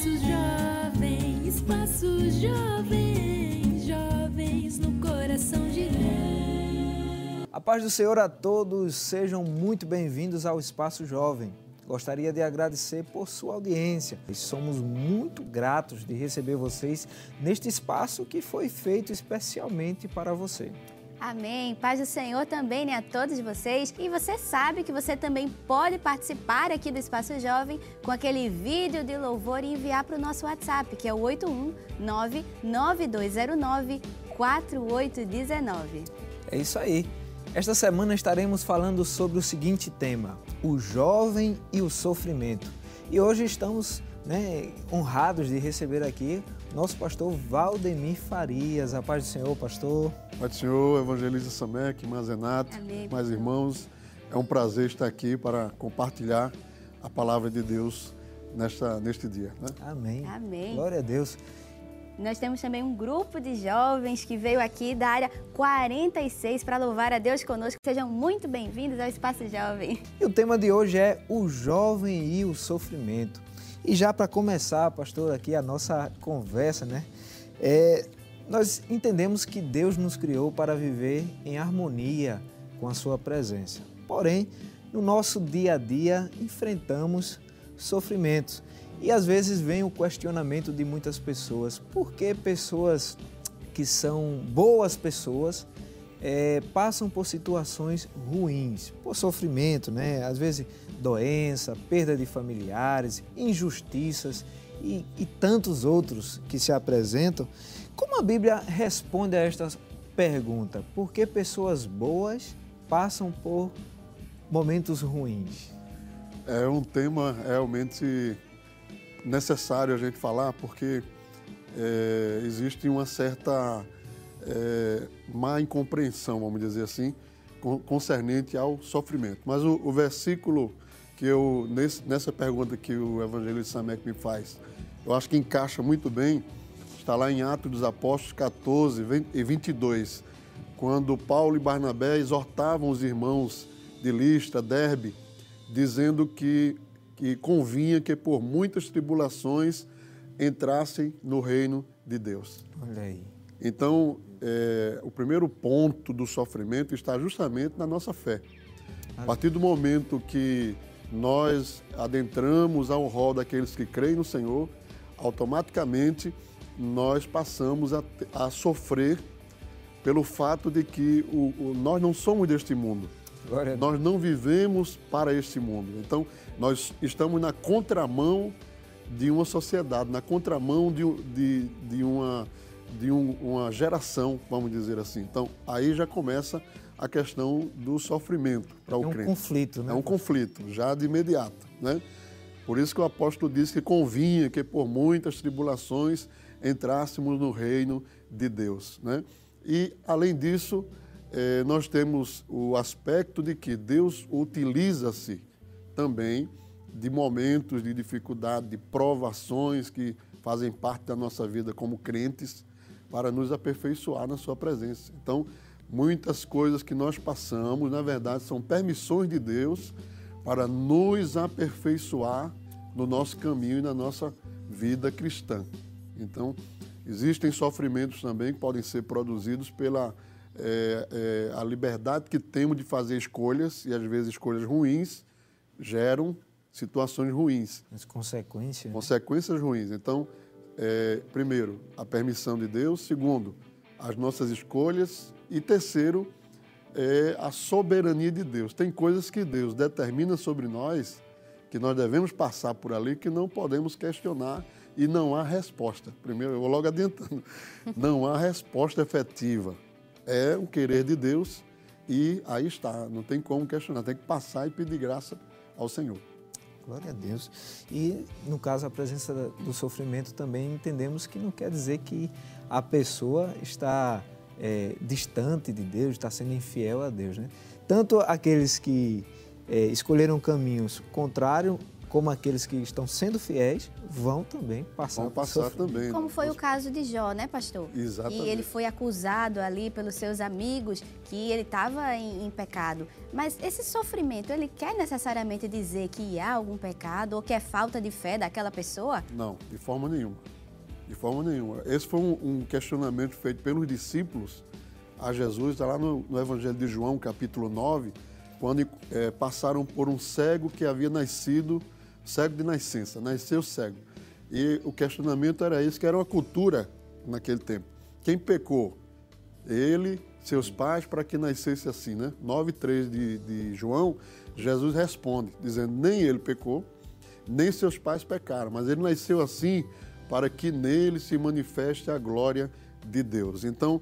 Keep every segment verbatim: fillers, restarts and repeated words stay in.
Espaço Jovem, Espaço Jovem, jovens no coração de Deus. A paz do Senhor a todos, sejam muito bem-vindos ao Espaço Jovem. Gostaria de agradecer por sua audiência. E somos muito gratos de receber vocês neste espaço que foi feito especialmente para você. Amém. Paz do Senhor também, né, a todos vocês. E você sabe que você também pode participar aqui do Espaço Jovem com aquele vídeo de louvor e enviar para o nosso WhatsApp, que é o oito um nove, nove dois zero nove, quatro oito um nove. É isso aí. Esta semana estaremos falando sobre o seguinte tema, o jovem e o sofrimento. E hoje estamos, né, honrados de receber aqui nosso pastor Valdemir Farias. A paz do Senhor, pastor. Paz do Senhor, evangelista Samek, irmã Zenata, mais irmãos. É um prazer estar aqui para compartilhar a palavra de Deus nesta, neste dia. Né? Amém. Amém. Glória a Deus. Nós temos também um grupo de jovens que veio aqui da área quarenta e seis para louvar a Deus conosco. Sejam muito bem-vindos ao Espaço Jovem. E o tema de hoje é o jovem e o sofrimento. E já para começar, pastor, aqui a nossa conversa, né? É, nós entendemos que Deus nos criou para viver em harmonia com a sua presença. Porém, no nosso dia a dia, enfrentamos sofrimentos. E às vezes vem o questionamento de muitas pessoas. Por que pessoas que são boas pessoas é, passam por situações ruins, por sofrimento, né? Às vezes doença, perda de familiares, injustiças e, e tantos outros que se apresentam. Como a Bíblia responde a esta pergunta? Por que pessoas boas passam por momentos ruins? É um tema realmente necessário a gente falar, porque é, existe uma certa é, má incompreensão, vamos dizer assim, concernente ao sofrimento. Mas o, o versículo que eu, nesse, nessa pergunta que o evangelista Samek me faz, eu acho que encaixa muito bem, está lá em Atos dos Apóstolos quatorze e vinte e dois, quando Paulo e Barnabé exortavam os irmãos de Listra, Derbe, dizendo que que convinha que por muitas tribulações entrassem no reino de Deus. Olha aí. Então, é, o primeiro ponto do sofrimento está justamente na nossa fé. A partir do momento que nós adentramos ao rol daqueles que creem no Senhor, automaticamente nós passamos a, a sofrer pelo fato de que o, o, nós não somos deste mundo. Nós não vivemos para este mundo. Então, nós estamos na contramão de uma sociedade, na contramão de, de, de, uma, de um, uma geração, vamos dizer assim. Então, aí já começa a questão do sofrimento para o crente. É um conflito, né? É um conflito, já de imediato, né? Por isso que o apóstolo disse que convinha que por muitas tribulações entrássemos no reino de Deus, né? E, além disso, Eh, nós temos o aspecto de que Deus utiliza-se também de momentos de dificuldade, de provações que fazem parte da nossa vida como crentes para nos aperfeiçoar na sua presença. Então, muitas coisas que nós passamos, na verdade, são permissões de Deus para nos aperfeiçoar no nosso caminho e na nossa vida cristã. Então, existem sofrimentos também que podem ser produzidos pela É, é, a liberdade que temos de fazer escolhas, e às vezes escolhas ruins, geram situações ruins. As consequências. Consequências ruins. Então, é, primeiro, a permissão de Deus. Segundo, as nossas escolhas. E terceiro, é a soberania de Deus. Tem coisas que Deus determina sobre nós, que nós devemos passar por ali, que não podemos questionar e não há resposta. Primeiro, eu vou logo adiantando. Não há resposta efetiva. É o querer de Deus e aí está, não tem como questionar, tem que passar e pedir graça ao Senhor. Glória a Deus. E, no caso, a presença do sofrimento também entendemos que não quer dizer que a pessoa está é, distante de Deus, está sendo infiel a Deus, né? Tanto aqueles que é, escolheram caminhos contrários como aqueles que estão sendo fiéis vão também passar Vão por passar sofrimento. também. Como foi o caso de Jó, né, pastor? Exatamente. E ele foi acusado ali pelos seus amigos que ele estava em, em pecado. Mas esse sofrimento, ele quer necessariamente dizer que há algum pecado ou que é falta de fé daquela pessoa? Não, de forma nenhuma. De forma nenhuma. Esse foi um, um questionamento feito pelos discípulos a Jesus, está lá no, no Evangelho de João, capítulo nove, quando é, passaram por um cego que havia nascido, cego de nascença, nasceu cego. E o questionamento era esse, que era uma cultura naquele tempo. Quem pecou? Ele, seus pais, para que nascesse assim, né? nove, três de, de João, Jesus responde, dizendo, nem ele pecou, nem seus pais pecaram, mas ele nasceu assim para que nele se manifeste a glória de Deus. Então,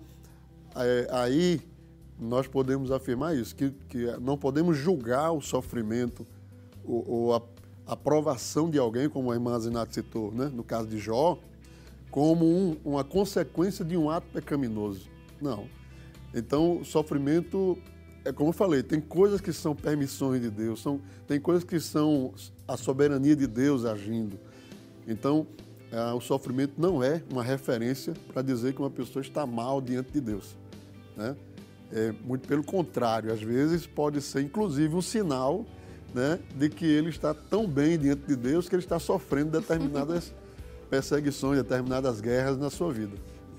é, aí nós podemos afirmar isso, que, que não podemos julgar o sofrimento ou, ou a, a provação de alguém, como a irmã Zinato citou, né? No caso de Jó, como um, uma consequência de um ato pecaminoso. Não. Então, o sofrimento, é como eu falei, tem coisas que são permissões de Deus, são, tem coisas que são a soberania de Deus agindo. Então, é, o sofrimento não é uma referência para dizer que uma pessoa está mal diante de Deus, né? É, muito pelo contrário, às vezes pode ser inclusive um sinal, né, de que ele está tão bem diante de Deus que ele está sofrendo determinadas perseguições, determinadas guerras na sua vida.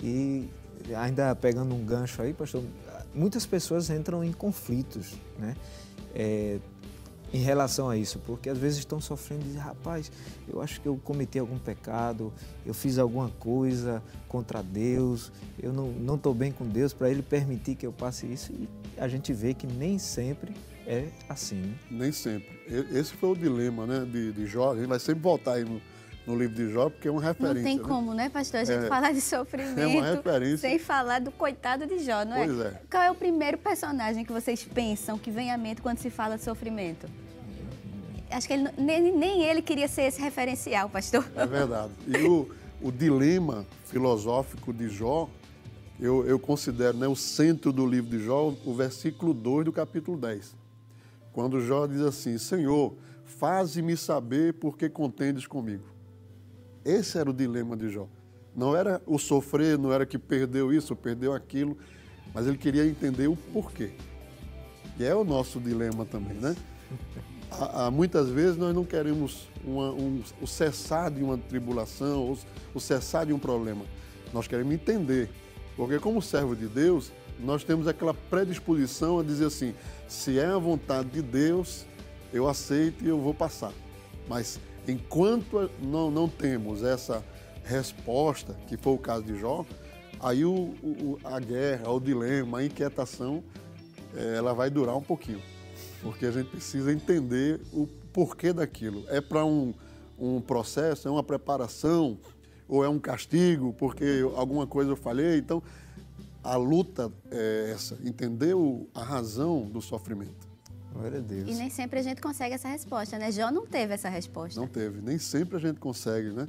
E ainda pegando um gancho aí, pastor, muitas pessoas entram em conflitos, né, é, em relação a isso, porque às vezes estão sofrendo e dizem, rapaz, eu acho que eu cometi algum pecado, eu fiz alguma coisa contra Deus, eu não estou bem com Deus para Ele permitir que eu passe isso. E a gente vê que nem sempre é assim, né? Nem sempre. Esse foi o dilema, né, de, de Jó. A gente vai sempre voltar aí no, no livro de Jó, porque é uma referência. Não tem né? como, né, pastor? A gente É, falar de sofrimento é uma referência. sem falar do coitado de Jó, não é? Pois é. Qual é o primeiro personagem que vocês pensam que vem à mente quando se fala de sofrimento? Acho que ele, nem, nem ele queria ser esse referencial, pastor. É verdade. E o, o dilema filosófico de Jó, eu, eu considero, né, o centro do livro de Jó, o versículo dois do capítulo dez. Quando Jó diz assim, Senhor, faze-me saber por que contendes comigo. Esse era o dilema de Jó. Não era o sofrer, não era que perdeu isso, perdeu aquilo, mas ele queria entender o porquê. E é o nosso dilema também, né? Há, há, muitas vezes nós não queremos uma, um, o cessar de uma tribulação, ou o cessar de um problema. Nós queremos entender. Porque como servo de Deus, nós temos aquela predisposição a dizer assim, se é a vontade de Deus, eu aceito e eu vou passar. Mas enquanto não, não temos essa resposta, que foi o caso de Jó, aí o, o, a guerra, o dilema, a inquietação, ela vai durar um pouquinho. Porque a gente precisa entender o porquê daquilo. É para um, um processo, é uma preparação, ou é um castigo, porque alguma coisa eu falhei. Então, a luta é essa, entender o, a razão do sofrimento. Glória a Deus. E nem sempre a gente consegue essa resposta, né? Jó não teve essa resposta. Não teve. Nem sempre a gente consegue, né,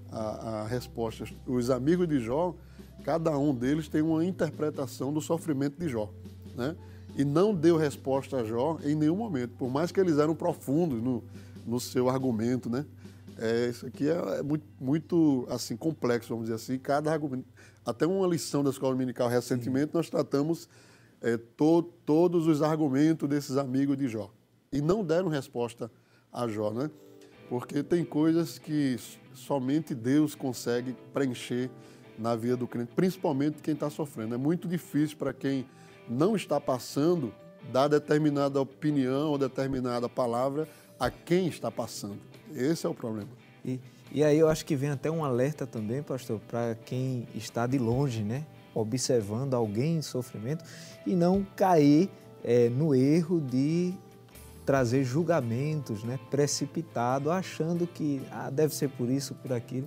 a, a resposta. Os amigos de Jó, cada um deles tem uma interpretação do sofrimento de Jó, né? E não deu resposta a Jó em nenhum momento, por mais que eles eram profundos no, no seu argumento, né? É, isso aqui é, é muito, muito assim, complexo, vamos dizer assim, cada argumento. Até uma lição da Escola Dominical recentemente, nós tratamos é, to, todos os argumentos desses amigos de Jó. E não deram resposta a Jó, né? Porque tem coisas que somente Deus consegue preencher na vida do crente, principalmente quem está sofrendo. É muito difícil para quem não está passando, dar determinada opinião ou determinada palavra a quem está passando. Esse é o problema. E, e aí eu acho que vem até um alerta também, pastor, para quem está de longe, né, observando alguém em sofrimento e não cair é, no erro de trazer julgamentos, né, precipitado, achando que ah, deve ser por isso, por aquilo.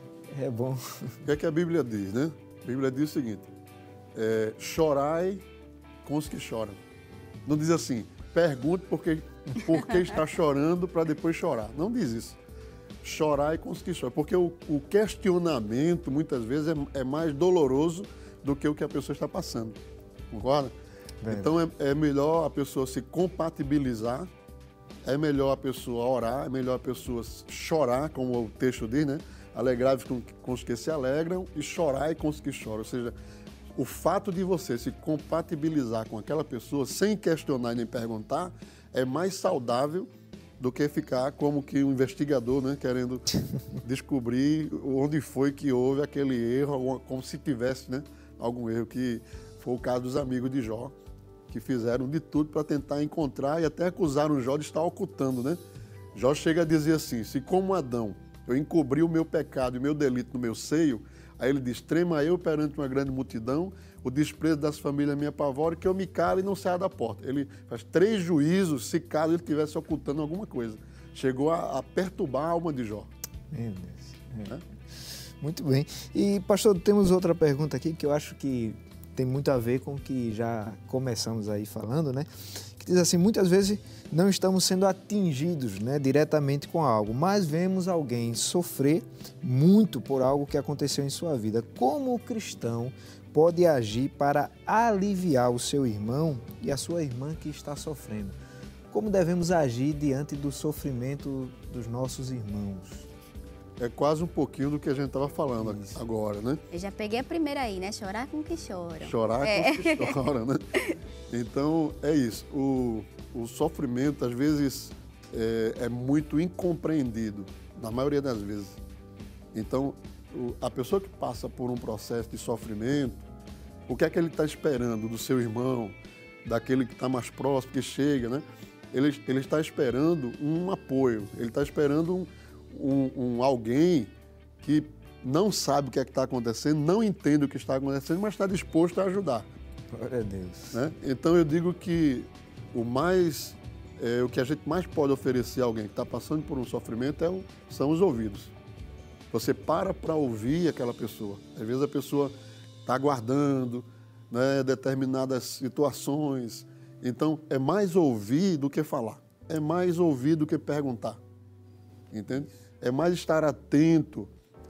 É bom. O que é que a Bíblia diz, né? A Bíblia diz o seguinte, é, chorai com os que choram. Não diz assim, pergunte por que, por que está chorando para depois chorar. Não diz isso. Chorai com os que choram. Porque o, o questionamento, muitas vezes, é, é mais doloroso do que o que a pessoa está passando. Concorda? Bem, então, é, é melhor a pessoa se compatibilizar é melhor a pessoa orar, é melhor a pessoa chorar, como o texto diz, né? Alegrai-vos com, com os que se alegram e chorai com os que choram. Ou seja, o fato de você se compatibilizar com aquela pessoa sem questionar e nem perguntar é mais saudável do que ficar como que um investigador, né, querendo descobrir onde foi que houve aquele erro, como se tivesse, né, algum erro, que foi o caso dos amigos de Jó, que fizeram de tudo para tentar encontrar e até acusaram Jó de estar ocultando, né? Jó chega a dizer assim, se como Adão eu encobri o meu pecado e o meu delito no meu seio, aí ele diz, trema eu perante uma grande multidão, o desprezo das famílias me apavora, que eu me calo e não saia da porta. Ele faz três juízos se caso ele estivesse ocultando alguma coisa. Chegou a, a perturbar a alma de Jó. Meu Deus. É. É? Muito bem. E, pastor, temos outra pergunta aqui que eu acho que tem muito a ver com o que já começamos aí falando, né? Que diz assim, muitas vezes não estamos sendo atingidos, né, diretamente com algo, mas vemos alguém sofrer muito por algo que aconteceu em sua vida. Como o cristão pode agir para aliviar o seu irmão e a sua irmã que está sofrendo? Como devemos agir diante do sofrimento dos nossos irmãos? É quase um pouquinho do que a gente estava falando Isso. agora, né? Eu já peguei a primeira aí, né? Chorar com o que chora. Chorar é. com o que chora, né? Então, é isso. O, o sofrimento, às vezes, é, é muito incompreendido, na maioria das vezes. Então, o, a pessoa que passa por um processo de sofrimento, o que é que ele está esperando do seu irmão, daquele que está mais próximo, que chega, né? Ele, ele está esperando um apoio, ele está esperando um Um, um alguém que não sabe o que é que está acontecendo, não entende o que está acontecendo, mas está disposto a ajudar. Glória a Deus. Né? Então eu digo que o mais, é, o que a gente mais pode oferecer a alguém que está passando por um sofrimento é o, são os ouvidos. Você para para ouvir aquela pessoa. Às vezes a pessoa está aguardando, né, determinadas situações. Então é mais ouvir do que falar. É mais ouvir do que perguntar. Entende? É mais estar atento,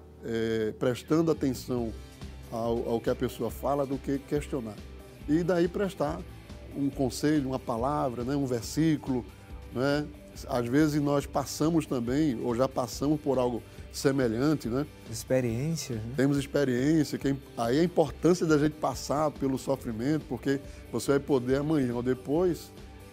é, prestando atenção ao, ao que a pessoa fala do que questionar. E daí prestar um conselho, uma palavra, né, um versículo. Né? Às vezes nós passamos também, ou já passamos por algo semelhante. Né? Experiência. Né? Temos experiência. Que, aí a importância da gente passar pelo sofrimento, porque você vai poder amanhã ou depois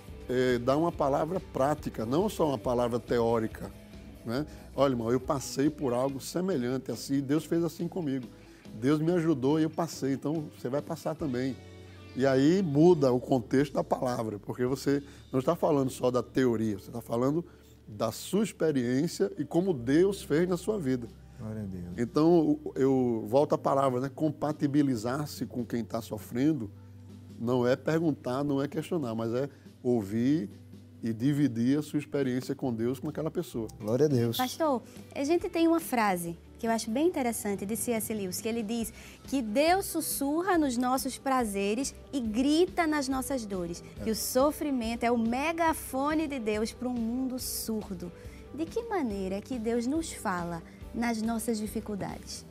é, dar uma palavra prática, não só uma palavra teórica. Né? Olha, irmão, eu passei por algo semelhante assim, Deus fez assim comigo. Deus me ajudou e eu passei, então você vai passar também. E aí muda o contexto da palavra, porque você não está falando só da teoria, você está falando da sua experiência e como Deus fez na sua vida. Glória a Deus. Então, eu volto à palavra, né? Compatibilizar-se com quem está sofrendo não é perguntar, não é questionar, mas é ouvir e dividir a sua experiência com Deus com aquela pessoa. Glória a Deus. Pastor, a gente tem uma frase que eu acho bem interessante de C S Lewis, que ele diz que Deus sussurra nos nossos prazeres e grita nas nossas dores. É. Que o sofrimento é o megafone de Deus para um mundo surdo. De que maneira é que Deus nos fala nas nossas dificuldades?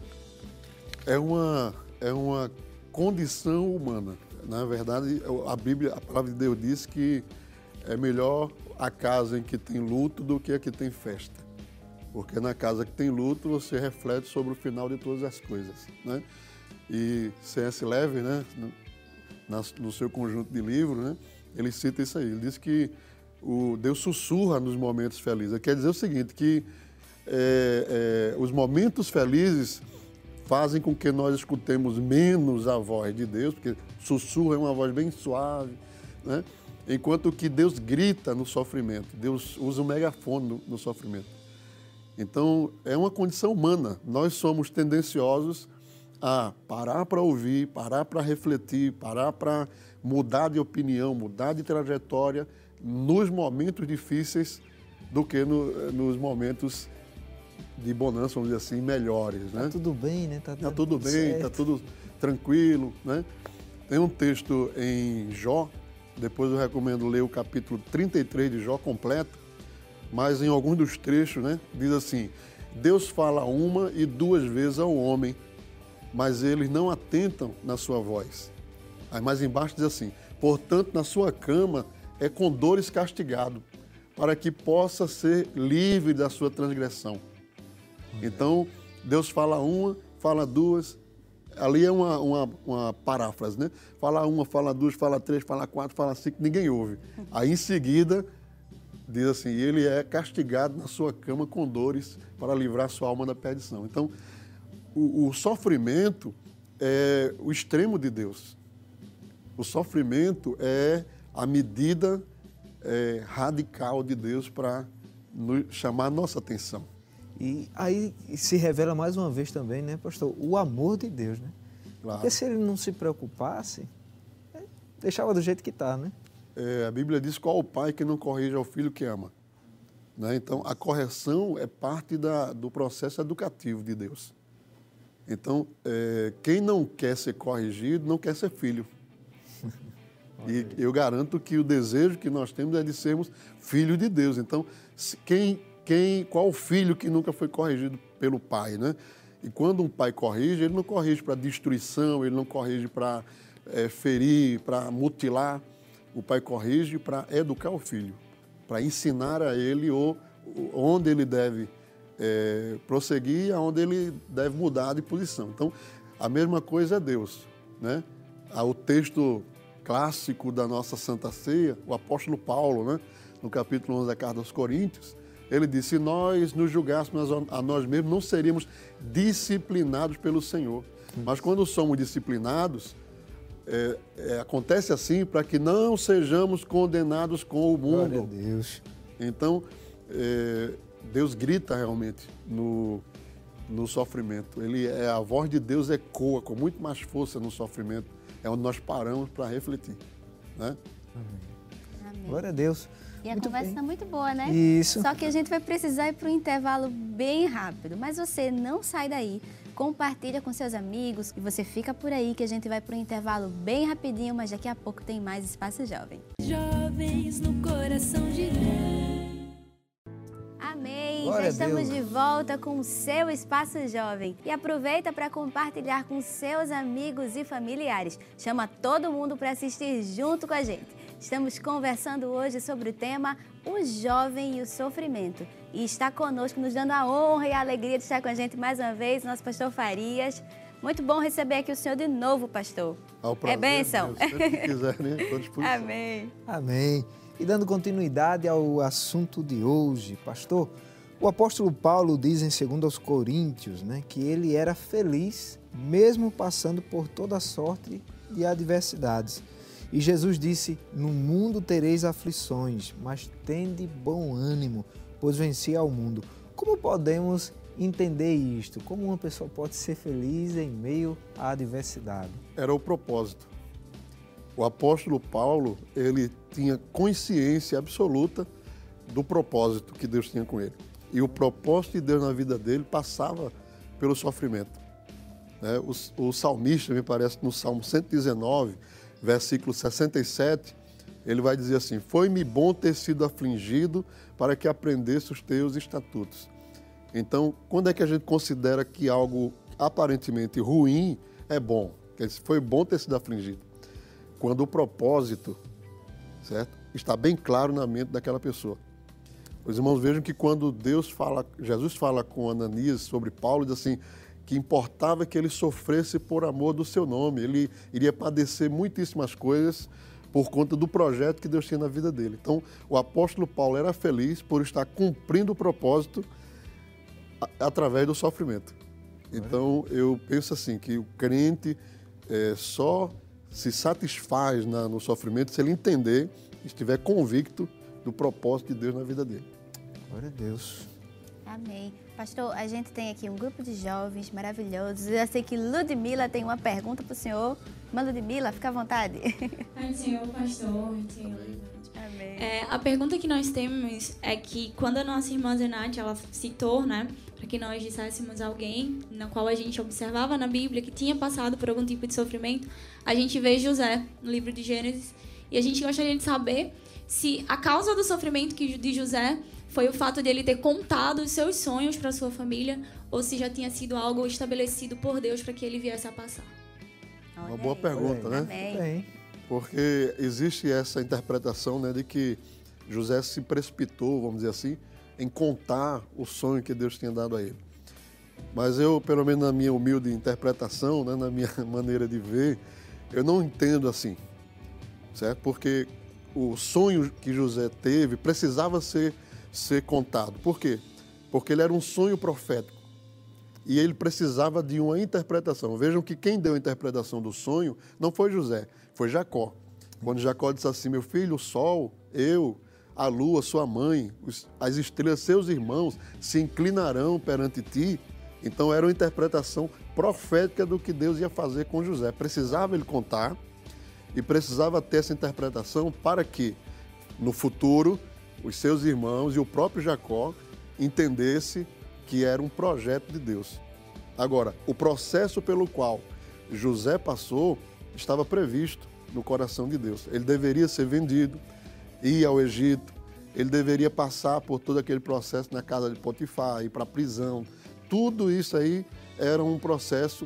É uma, é uma condição humana. Na verdade, a Bíblia, a palavra de Deus diz que é melhor a casa em que tem luto do que a que tem festa. Porque na casa que tem luto, você reflete sobre o final de todas as coisas. Né? E C S Lewis, né, no, no seu conjunto de livros, né, ele cita isso aí. Ele diz que o Deus sussurra nos momentos felizes. Quer dizer o seguinte, que é, é, os momentos felizes fazem com que nós escutemos menos a voz de Deus, porque sussurra é uma voz bem suave, né? Enquanto que Deus grita no sofrimento, Deus usa o megafone no, no sofrimento. Então, é uma condição humana. Nós somos tendenciosos a parar para ouvir, parar para refletir, parar para mudar de opinião, mudar de trajetória nos momentos difíceis do que no, nos momentos de bonança, vamos dizer assim, melhores. Né? Tá tudo bem, né? Tá, tá tudo bem, tá tudo tranquilo, né? Tem um texto em Jó, depois eu recomendo ler o capítulo trinta e três de Jó completo, mas em alguns dos trechos, né, diz assim, Deus fala uma e duas vezes ao homem, mas eles não atentam na sua voz. Aí mais embaixo diz assim, portanto, na sua cama é com dores castigado, para que possa ser livre da sua transgressão. Então, Deus fala uma, fala duas, ali é uma, uma, uma paráfrase, né? Fala uma, fala duas, fala três, fala quatro, fala cinco, ninguém ouve. Aí, em seguida, diz assim, ele é castigado na sua cama com dores para livrar sua alma da perdição. Então, o, o sofrimento é o extremo de Deus. O sofrimento é a medida é, radical de Deus para chamar a nossa atenção. E aí se revela mais uma vez também, né, pastor, o amor de Deus, né? Claro. Porque se ele não se preocupasse, deixava do jeito que está, né? É, a Bíblia diz qual o pai que não corrige ao filho que ama. Né? Então, a correção é parte da, do processo educativo de Deus. Então, é, quem não quer ser corrigido, não quer ser filho. E eu garanto que o desejo que nós temos é de sermos filhos de Deus. Então, quem, quem, qual o filho que nunca foi corrigido pelo pai, né? E quando um pai corrige, ele não corrige para destruição, ele não corrige para é, ferir, para mutilar. O pai corrige para educar o filho, para ensinar a ele o, onde ele deve é, prosseguir e aonde ele deve mudar de posição. Então, a mesma coisa é Deus, né? O texto clássico da nossa Santa Ceia, o apóstolo Paulo, né, no capítulo onze da Carta aos Coríntios, ele disse, se nós nos julgássemos a nós mesmos, não seríamos disciplinados pelo Senhor. Mas quando somos disciplinados, é, é, acontece assim para que não sejamos condenados com o mundo. Glória a Deus. Então, é, Deus grita realmente no, no sofrimento. Ele, é, a voz de Deus ecoa com muito mais força no sofrimento. É onde nós paramos para refletir, né? Amém. Glória a Deus. E a Muito conversa bem. está muito boa, né? Isso. Só que a gente vai precisar ir para um intervalo bem rápido. Mas você não sai daí. Compartilha com seus amigos e você fica por aí que a gente vai para um intervalo bem rapidinho, mas daqui a pouco tem mais Espaço Jovem. Jovens no coração de Deus. Amém! Glória Já a estamos Deus. de volta com o seu Espaço Jovem. E aproveita para compartilhar com seus amigos e familiares. Chama todo mundo para assistir junto com a gente. Estamos conversando hoje sobre o tema O Jovem e o Sofrimento. E está conosco, nos dando a honra e a alegria de estar com a gente mais uma vez, nosso pastor Farias. Muito bom receber aqui o senhor de novo, pastor. Ao prazer, É bênção. Deus, sempre que quiser, né? Estou à disposição. Amém. Amém. E dando continuidade ao assunto de hoje, pastor, o apóstolo Paulo diz em segundo aos Coríntios, né, que ele era feliz mesmo passando por toda sorte de adversidades. E Jesus disse, no mundo tereis aflições, mas tende bom ânimo, pois venci ao mundo. Como podemos entender isto? Como uma pessoa pode ser feliz em meio à adversidade? Era o propósito. O apóstolo Paulo, ele tinha consciência absoluta do propósito que Deus tinha com ele. E o propósito de Deus na vida dele passava pelo sofrimento. É, o, o salmista, me parece, no Salmo cento e dezenove, versículo sessenta e sete, ele vai dizer assim, foi-me bom ter sido afligido para que aprendesse os teus estatutos. Então, quando é que a gente considera que algo aparentemente ruim é bom? Quer dizer, foi bom ter sido afligido. Quando o propósito, certo, está bem claro na mente daquela pessoa. Os irmãos vejam que quando Deus fala, Jesus fala com Ananias sobre Paulo, diz assim, que importava que ele sofresse por amor do seu nome. Ele iria padecer muitíssimas coisas por conta do projeto que Deus tinha na vida dele. Então, o apóstolo Paulo era feliz por estar cumprindo o propósito a, através do sofrimento. Então, eu penso assim, que o crente é, só se satisfaz na, no sofrimento se ele entender, estiver convicto do propósito de Deus na vida dele. Glória a Deus. Amém. Pastor, a gente tem aqui um grupo de jovens maravilhosos. Eu sei que Ludmila tem uma pergunta para o senhor. Mas Ludmila, fica à vontade. Ai, senhor pastor, senhor. Amém. É, a pergunta que nós temos é que quando a nossa irmã Zenate, ela citou, né, para que nós disséssemos alguém na qual a gente observava na Bíblia que tinha passado por algum tipo de sofrimento, a gente vê José no livro de Gênesis e a gente gostaria de saber se a causa do sofrimento de José foi o fato de ele ter contado os seus sonhos para sua família ou se já tinha sido algo estabelecido por Deus para que ele viesse a passar. Uma boa pergunta, né? Amém. Bem, Porque existe essa interpretação, né, de que José se precipitou, vamos dizer assim, em contar o sonho que Deus tinha dado a ele. Mas eu, pelo menos na minha humilde interpretação, né, na minha maneira de ver, eu não entendo assim, certo? Porque o sonho que José teve precisava ser, ser contado. Por quê? Porque ele era um sonho profético e ele precisava de uma interpretação. Vejam que quem deu a interpretação do sonho não foi José, foi Jacó. Quando Jacó disse assim, meu filho, o sol, eu, a lua, sua mãe, os, as estrelas, seus irmãos, se inclinarão perante ti. Então era uma interpretação profética do que Deus ia fazer com José. Precisava ele contar e precisava ter essa interpretação para que, no futuro, os seus irmãos e o próprio Jacó entendesse que era um projeto de Deus. Agora, o processo pelo qual José passou estava previsto no coração de Deus. Ele deveria ser vendido, ir ao Egito, ele deveria passar por todo aquele processo na casa de Potifar, ir para a prisão. Tudo isso aí era um processo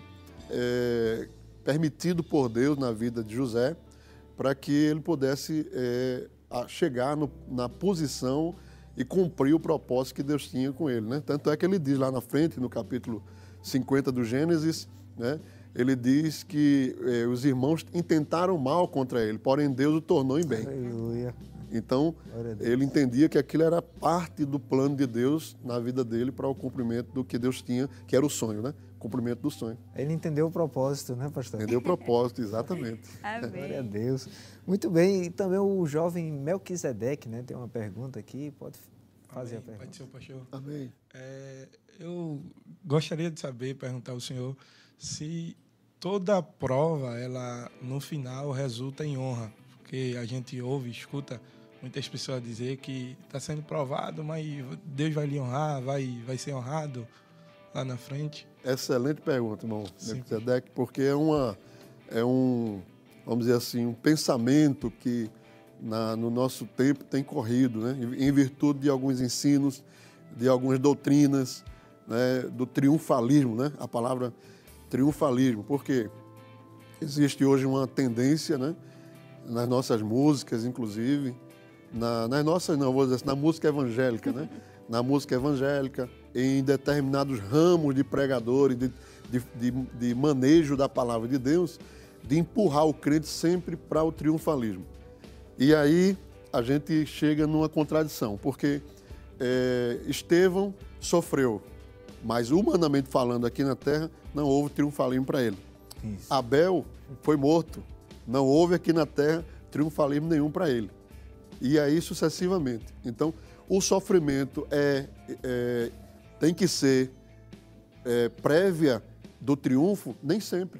é, permitido por Deus na vida de José para que ele pudesse é, chegar no, na posição e cumprir o propósito que Deus tinha com ele, né? Tanto é que ele diz lá na frente, no capítulo cinquenta do Gênesis, né? Ele diz que eh, os irmãos intentaram mal contra ele, porém Deus o tornou em bem. Aleluia. Então, ele entendia que aquilo era parte do plano de Deus na vida dele para o cumprimento do que Deus tinha, que era o sonho, né? O cumprimento do sonho. Ele entendeu o propósito, né, pastor? Entendeu o propósito, exatamente. Amém. Glória a Deus. Muito bem, e também o jovem Melquisedeque, né, tem uma pergunta aqui, pode fazer Amém. a pergunta. Pode ser, pastor. Amém. É, eu gostaria de saber, perguntar ao senhor, se toda prova, ela no final resulta em honra, porque a gente ouve, escuta muitas pessoas dizer que está sendo provado, mas Deus vai lhe honrar, vai, vai ser honrado lá na frente. Excelente pergunta, irmão Melquisedeque, porque é, uma, é um, vamos dizer assim, um pensamento que na, no nosso tempo tem corrido, né? Em virtude de alguns ensinos, de algumas doutrinas, né? Do triunfalismo, né? A palavra triunfalismo, porque existe hoje uma tendência, né? Nas nossas músicas, inclusive, na, nas nossas, não, vou dizer assim, na música evangélica, né? Na música evangélica, em determinados ramos de pregadores, de, de, de, de manejo da palavra de Deus, de empurrar o crente sempre para o triunfalismo. E aí a gente chega numa contradição, porque é, Estevão sofreu, mas humanamente falando aqui na terra, não houve triunfalismo para ele. Isso. Abel foi morto, não houve aqui na terra triunfalismo nenhum para ele. E aí sucessivamente. Então, o sofrimento é, é, tem que ser é, prévia do triunfo? Nem sempre.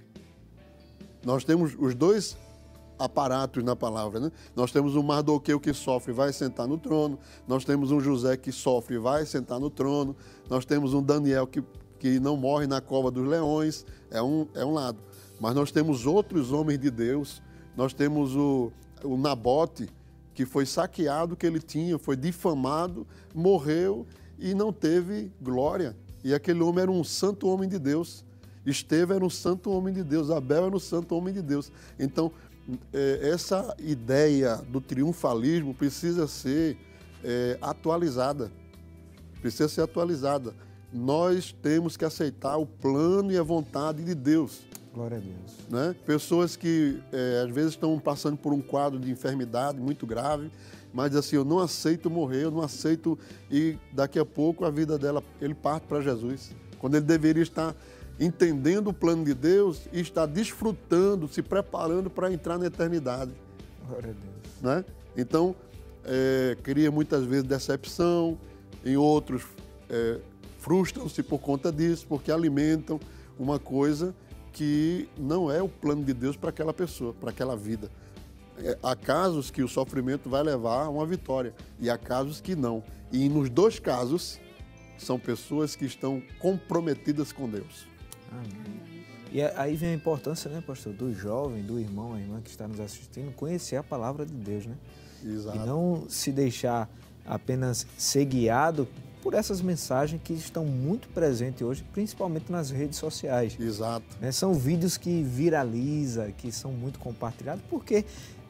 Nós temos os dois aparatos na palavra, né? Nós temos um Mardoqueu que sofre e vai sentar no trono, nós temos um José que sofre e vai sentar no trono, nós temos um Daniel que, que não morre na cova dos leões, é um, é um lado. Mas nós temos outros homens de Deus, nós temos o, o Nabote, que foi saqueado, que ele tinha, foi difamado, morreu e não teve glória. E aquele homem era um santo homem de Deus. Estevão era um santo homem de Deus, Abel era um santo homem de Deus. Então, é, essa ideia do triunfalismo precisa ser é, atualizada. Precisa ser atualizada. Nós temos que aceitar o plano e a vontade de Deus. Glória a Deus. Né? Pessoas que é, às vezes estão passando por um quadro de enfermidade muito grave, mas assim, eu não aceito morrer, eu não aceito, e daqui a pouco a vida dela, ele parte para Jesus. Quando ele deveria estar entendendo o plano de Deus e estar desfrutando, se preparando para entrar na eternidade. Glória a Deus. Né? Então, é, cria muitas vezes decepção, em outros é, frustram-se por conta disso, porque alimentam uma coisa que não é o plano de Deus para aquela pessoa, para aquela vida. É, há casos que o sofrimento vai levar a uma vitória e há casos que não. E nos dois casos, são pessoas que estão comprometidas com Deus. Amém. E aí vem a importância, né, pastor, do jovem, do irmão, a irmã que está nos assistindo, conhecer a palavra de Deus, né? Exato. E não se deixar apenas ser guiado por essas mensagens que estão muito presentes hoje, principalmente nas redes sociais. Exato. Né? São vídeos que viralizam, que são muito compartilhados, porque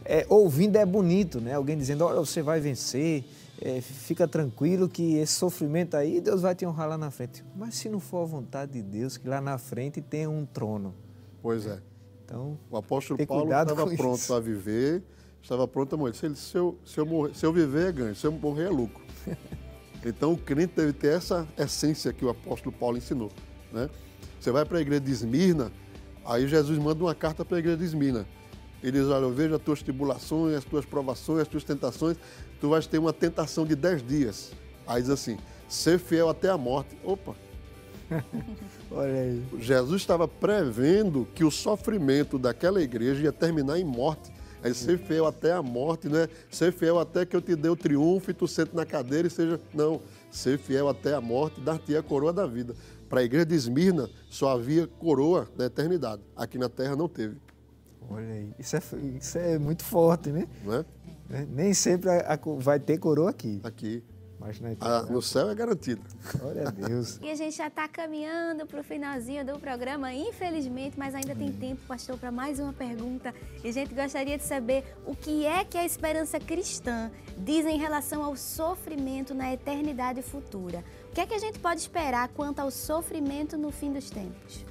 é, ouvindo é bonito, né? Alguém dizendo, olha, você vai vencer, é, fica tranquilo que esse sofrimento aí, Deus vai te honrar lá na frente. Mas se não for a vontade de Deus, que lá na frente tem um trono. Pois é. Então, o apóstolo ter Paulo cuidado estava com pronto isso. para viver, estava pronto a morrer. Se, ele, se, eu, se, eu morrer, se eu viver, é ganho. Se eu morrer, é lucro. Então, o crente deve ter essa essência que o apóstolo Paulo ensinou, né? Você vai para a igreja de Esmirna, aí Jesus manda uma carta para a igreja de Esmirna. Ele diz, olha, eu vejo as tuas tribulações, as tuas provações, as tuas tentações, tu vais ter uma tentação de dez dias. Aí diz assim, ser fiel até a morte. Opa! Olha aí. Jesus estava prevendo que o sofrimento daquela igreja ia terminar em morte. Aí ser fiel até a morte, não é ser fiel até que eu te dê o triunfo e tu sente na cadeira e seja... Não, ser fiel até a morte, dar-te a coroa da vida. Para a igreja de Esmirna, só havia coroa da eternidade. Aqui na terra não teve. Olha aí. Isso é, isso é muito forte, né? Não é? É, nem sempre a, a, vai ter coroa aqui. Aqui. Mas na Ah, eternidade, no céu é garantido. glória a Deus. E a gente já está caminhando para o finalzinho do programa, infelizmente, mas ainda tem tempo, pastor, para mais uma pergunta. E a gente gostaria de saber o que é que a esperança cristã diz em relação ao sofrimento na eternidade futura. O que é que a gente pode esperar quanto ao sofrimento no fim dos tempos?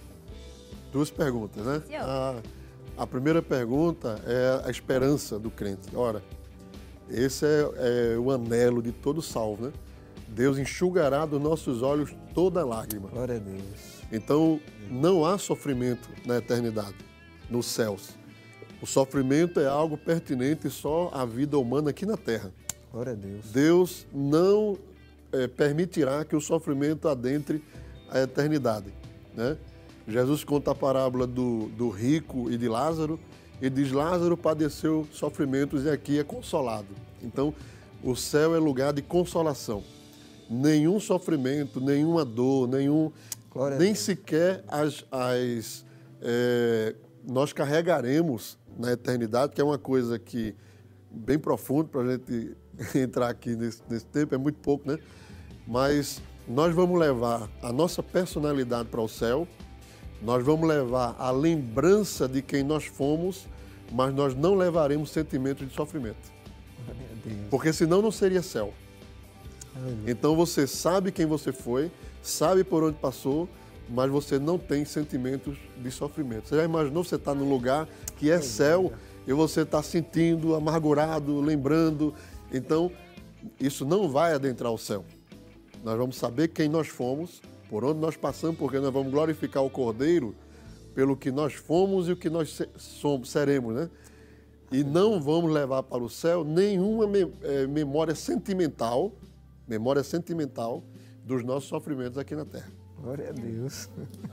Duas perguntas, né? Senhor. A, a primeira pergunta é a esperança do crente. Ora, esse é, é o anelo de todo salvo, né? Deus enxugará dos nossos olhos toda lágrima. Glória a Deus. Então, não há sofrimento na eternidade, nos céus. O sofrimento é algo pertinente só à vida humana aqui na terra. Glória a Deus. Deus não é, permitirá que o sofrimento adentre a eternidade, né? Jesus conta a parábola do, do rico e de Lázaro e diz, Lázaro padeceu sofrimentos e aqui é consolado. Então, o céu é lugar de consolação. Nenhum sofrimento, nenhuma dor, nenhum, Glória a nem Deus. sequer as, as, é, nós carregaremos na eternidade, que é uma coisa que bem profundo para a gente entrar aqui nesse, nesse tempo, é muito pouco, né? Mas nós vamos levar a nossa personalidade para o céu, nós vamos levar a lembrança de quem nós fomos, mas nós não levaremos sentimentos de sofrimento. Glória a Deus. Porque senão não seria céu. Aleluia. Então você sabe quem você foi, sabe por onde passou, mas você não tem sentimentos de sofrimento. Você já imaginou você estar num lugar que é céu e você está sentindo, amargurado, lembrando? Então, isso não vai adentrar o céu. Nós vamos saber quem nós fomos, por onde nós passamos, porque nós vamos glorificar o Cordeiro pelo que nós fomos e o que nós somos, seremos, né? E não vamos levar para o céu nenhuma memória sentimental, memória sentimental dos nossos sofrimentos aqui na terra. Glória a Deus.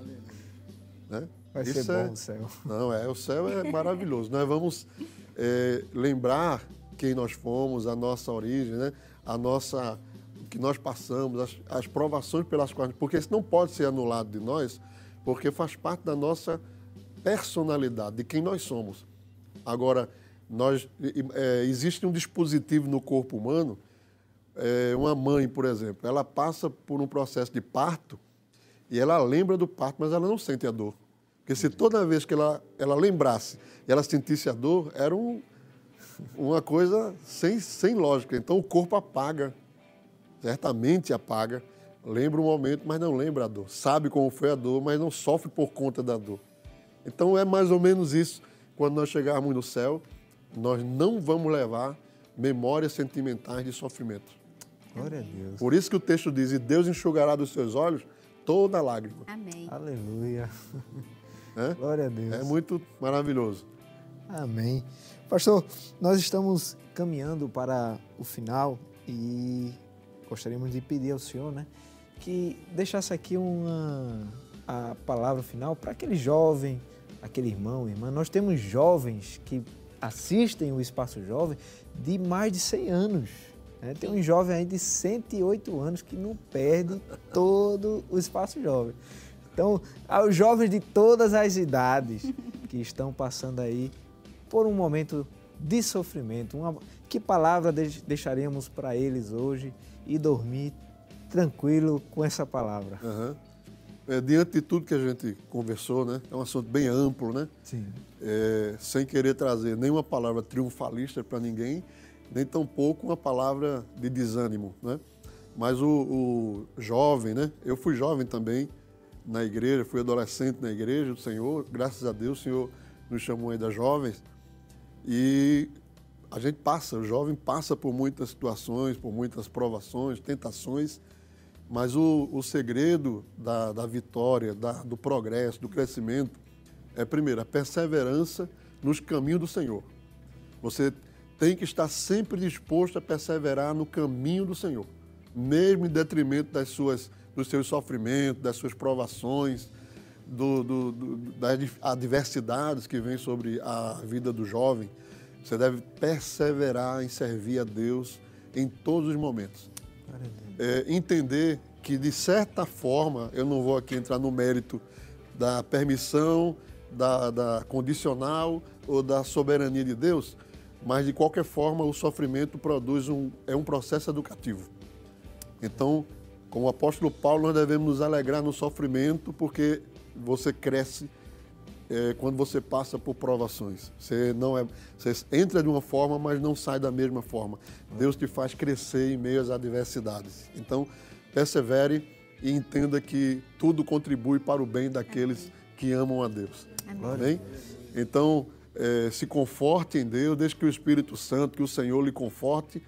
Né? Vai Isso ser é- bom o céu. Não, é, o céu é maravilhoso. Nós vamos é, lembrar quem nós fomos, a nossa origem, né? A nossa, o que nós passamos, as, as provações pelas quais... Porque isso não pode ser anulado de nós, porque faz parte da nossa personalidade, de quem nós somos. Agora, nós, é, existe um dispositivo no corpo humano, é, uma mãe, por exemplo, ela passa por um processo de parto e ela lembra do parto, mas ela não sente a dor. Porque se toda vez que ela, ela lembrasse e ela sentisse a dor, era um, uma coisa sem, sem lógica. Então o corpo apaga, certamente apaga, lembra o momento, mas não lembra a dor. Sabe como foi a dor, mas não sofre por conta da dor. Então é mais ou menos isso. Quando nós chegarmos no céu, nós não vamos levar memórias sentimentais de sofrimento. Glória a Deus. Por isso que o texto diz, e Deus enxugará dos seus olhos toda lágrima. Amém. Aleluia. Né? Glória a Deus. É muito maravilhoso. Amém. Pastor, nós estamos caminhando para o final e gostaríamos de pedir ao Senhor, né, que deixasse aqui uma, a palavra final para aquele jovem, aquele irmão, irmã. Nós temos jovens que assistem o Espaço Jovem de mais de cem anos. Né? Tem um jovem aí de cento e oito anos que não perde todo o Espaço Jovem. Então, aos jovens de todas as idades que estão passando aí por um momento de sofrimento, uma, que palavra deixaremos para eles hoje e dormir tranquilo com essa palavra? Uhum. é, diante de tudo que a gente conversou, né? É um assunto bem amplo, né? Sim. É, sem querer trazer nenhuma palavra triunfalista para ninguém, nem tampouco uma palavra de desânimo, né? Mas o, o jovem, né? Eu fui jovem também na igreja, fui adolescente na igreja do Senhor, graças a Deus o Senhor nos chamou ainda jovens, e a gente passa, o jovem passa por muitas situações, por muitas provações, tentações, mas o, o segredo da, da vitória, da, do progresso, do crescimento, é, primeiro, a perseverança nos caminhos do Senhor. Você tem que estar sempre disposto a perseverar no caminho do Senhor, mesmo em detrimento das suas, dos seus sofrimentos, das suas provações, do, do, do, das adversidades que vêm sobre a vida do jovem. Você deve perseverar em servir a Deus em todos os momentos. É, entender que, de certa forma, eu não vou aqui entrar no mérito da permissão, da, da condicional ou da soberania de Deus, mas, de qualquer forma, o sofrimento produz um, é um processo educativo. Então, como o apóstolo Paulo, nós devemos nos alegrar no sofrimento, porque você cresce é, quando você passa por provações. Você, não é, você entra de uma forma, mas não sai da mesma forma. Deus te faz crescer em meio às adversidades. Então, persevere e entenda que tudo contribui para o bem daqueles que amam a Deus. Amém? Então, é, se conforte em Deus, deixe que o Espírito Santo, que o Senhor lhe conforte,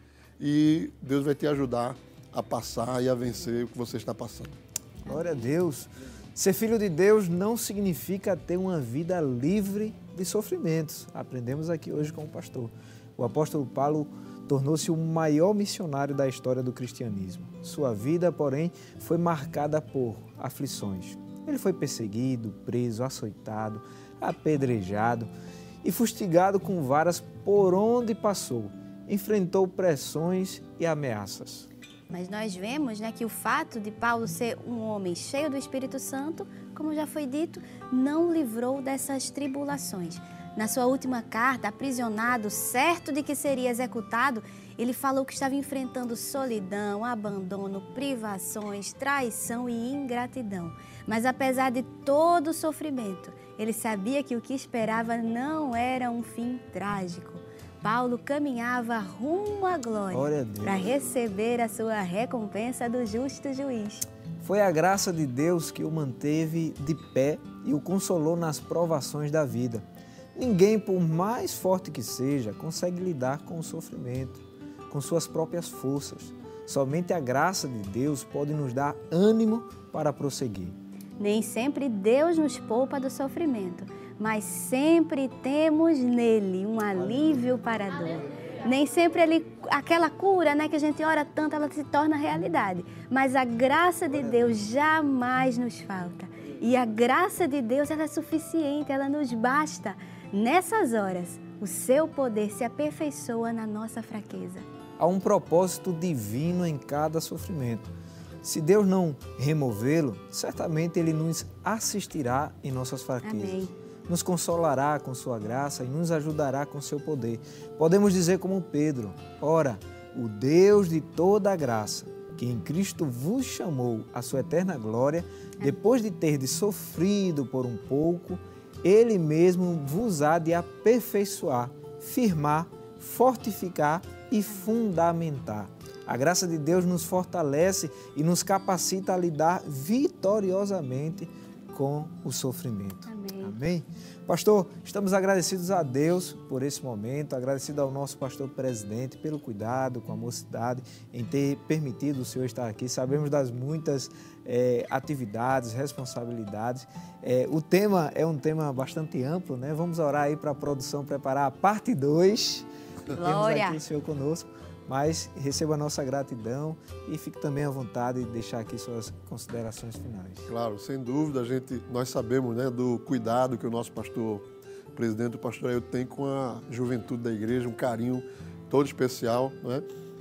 e Deus vai te ajudar a passar e a vencer o que você está passando. Glória a Deus. Ser filho de Deus não significa ter uma vida livre de sofrimentos. Aprendemos aqui hoje com o pastor. O apóstolo Paulo tornou-se o maior missionário da história do cristianismo. Sua vida, porém, foi marcada por aflições. Ele foi perseguido, preso, açoitado, apedrejado e fustigado com varas por onde passou. Enfrentou pressões e ameaças. Mas nós vemos, né, que o fato de Paulo ser um homem cheio do Espírito Santo, como já foi dito, não o livrou dessas tribulações. Na sua última carta, aprisionado, certo de que seria executado, ele falou que estava enfrentando solidão, abandono, privações, traição e ingratidão. Mas apesar de todo o sofrimento, ele sabia que o que esperava não era um fim trágico. Paulo caminhava rumo à glória para receber a sua recompensa do justo juiz. Foi a graça de Deus que o manteve de pé e o consolou nas provações da vida. Ninguém, por mais forte que seja, consegue lidar com o sofrimento, com suas próprias forças. Somente a graça de Deus pode nos dar ânimo para prosseguir. Nem sempre Deus nos poupa do sofrimento, mas sempre temos nele um alívio para a dor. Nem sempre ele, aquela cura, né, que a gente ora tanto, ela se torna realidade. Mas a graça de Deus jamais nos falta. E a graça de Deus, ela é suficiente, ela nos basta. Nessas horas, o seu poder se aperfeiçoa na nossa fraqueza. Há um propósito divino em cada sofrimento. Se Deus não removê-lo, certamente Ele nos assistirá em nossas fraquezas. Amém. Nos consolará com sua graça e nos ajudará com seu poder. Podemos dizer como Pedro: ora, o Deus de toda a graça, que em Cristo vos chamou à sua eterna glória, depois de terdes sofrido por um pouco, Ele mesmo vos há de aperfeiçoar, firmar, fortificar e fundamentar. A graça de Deus nos fortalece e nos capacita a lidar vitoriosamente com o sofrimento. Amém. Amém? Pastor, estamos agradecidos a Deus por esse momento, agradecido ao nosso pastor presidente pelo cuidado com a mocidade, em ter permitido o senhor estar aqui. Sabemos das muitas é, atividades, responsabilidades. É, o tema é um tema bastante amplo, né? Vamos orar aí para a produção preparar a parte dois. Glória! Temos aqui o senhor conosco. Mas receba a nossa gratidão e fique também à vontade de deixar aqui suas considerações finais. Claro, sem dúvida, a gente, nós sabemos, né, do cuidado que o nosso pastor, presidente, o pastor Ailton, tem com a juventude da igreja, um carinho todo especial, né,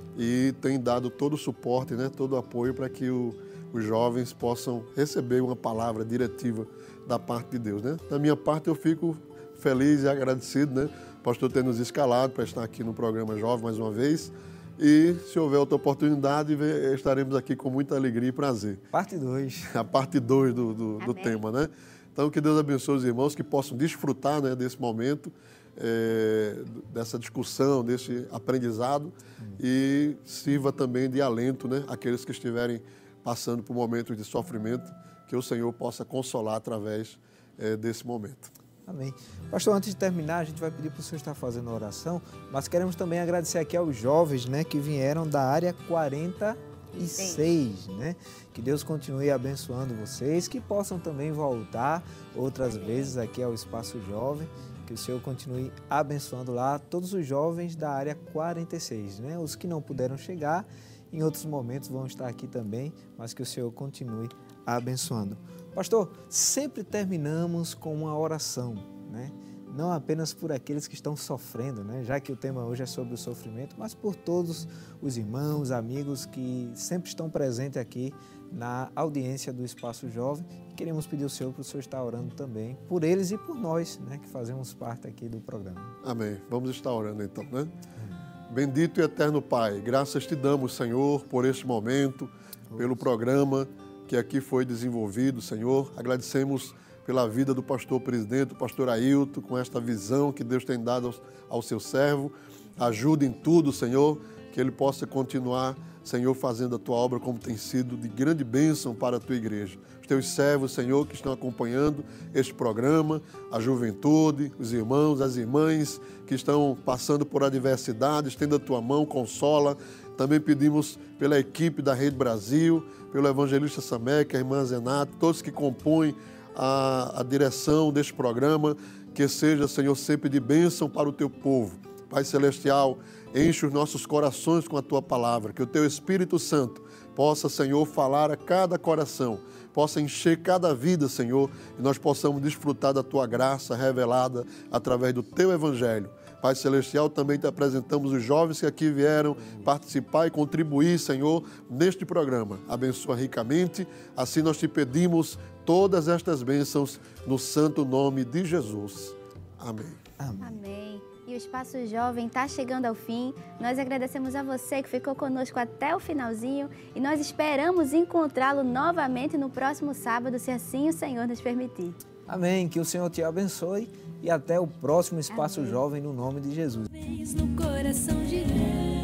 e tem dado todo o suporte, né, todo o apoio para que o, os jovens possam receber uma palavra diretiva da parte de Deus, né. Da minha parte, eu fico feliz e agradecido, né, o pastor ter nos escalado para estar aqui no programa Jovem mais uma vez. E, se houver outra oportunidade, estaremos aqui com muita alegria e prazer. Parte dois. A parte dois do, do, do tema, né? Então, que Deus abençoe os irmãos que possam desfrutar, né, desse momento, é, dessa discussão, desse aprendizado hum. e sirva também de alento, né, àqueles que estiverem passando por momentos de sofrimento, que o Senhor possa consolar através é, desse momento. Amém. Pastor, antes de terminar, a gente vai pedir para o senhor estar fazendo a oração, mas queremos também agradecer aqui aos jovens, né, que vieram da área quarenta e seis, né? Que Deus continue abençoando vocês, que possam também voltar outras vezes aqui ao Espaço Jovem, que o Senhor continue abençoando lá todos os jovens da área quarenta e seis, né? Os que não puderam chegar, em outros momentos vão estar aqui também, mas que o Senhor continue abençoando. Pastor, sempre terminamos com uma oração, né? Não apenas por aqueles que estão sofrendo, né? Já que o tema hoje é sobre o sofrimento, mas por todos os irmãos, amigos que sempre estão presentes aqui na audiência do Espaço Jovem. Queremos pedir ao Senhor para o Senhor estar orando também por eles e por nós, né? Que fazemos parte aqui do programa. Amém. Vamos estar orando então, né? Bendito e eterno Pai, graças te damos, Senhor, por este momento, pelo programa que aqui foi desenvolvido, Senhor. Agradecemos pela vida do pastor presidente, o pastor Ailton, com esta visão que Deus tem dado ao, ao seu servo. Ajude em tudo, Senhor, que ele possa continuar, Senhor, fazendo a tua obra como tem sido de grande bênção para a tua igreja. Os teus servos, Senhor, que estão acompanhando este programa, a juventude, os irmãos, as irmãs que estão passando por adversidade, estenda a tua mão, consola. Também pedimos pela equipe da Rede Brasil, pelo evangelista Samek, a irmã Zenata, todos que compõem A, a direção deste programa, que seja, Senhor, sempre de bênção para o teu povo. Pai Celestial, enche os nossos corações com a tua palavra, que o teu Espírito Santo possa, Senhor, falar a cada coração, possa encher cada vida, Senhor, e nós possamos desfrutar da tua graça revelada através do teu evangelho. Pai Celestial, também te apresentamos os jovens que aqui vieram participar e contribuir, Senhor, neste programa. Abençoa ricamente, assim nós te pedimos todas estas bênçãos no santo nome de Jesus. Amém. Amém. Amém. E o Espaço Jovem está chegando ao fim. Nós agradecemos a você que ficou conosco até o finalzinho e nós esperamos encontrá-lo novamente no próximo sábado, se assim o Senhor nos permitir. Amém. Que o Senhor te abençoe e até o próximo Espaço Amém. Jovem no nome de Jesus. No coração de Deus.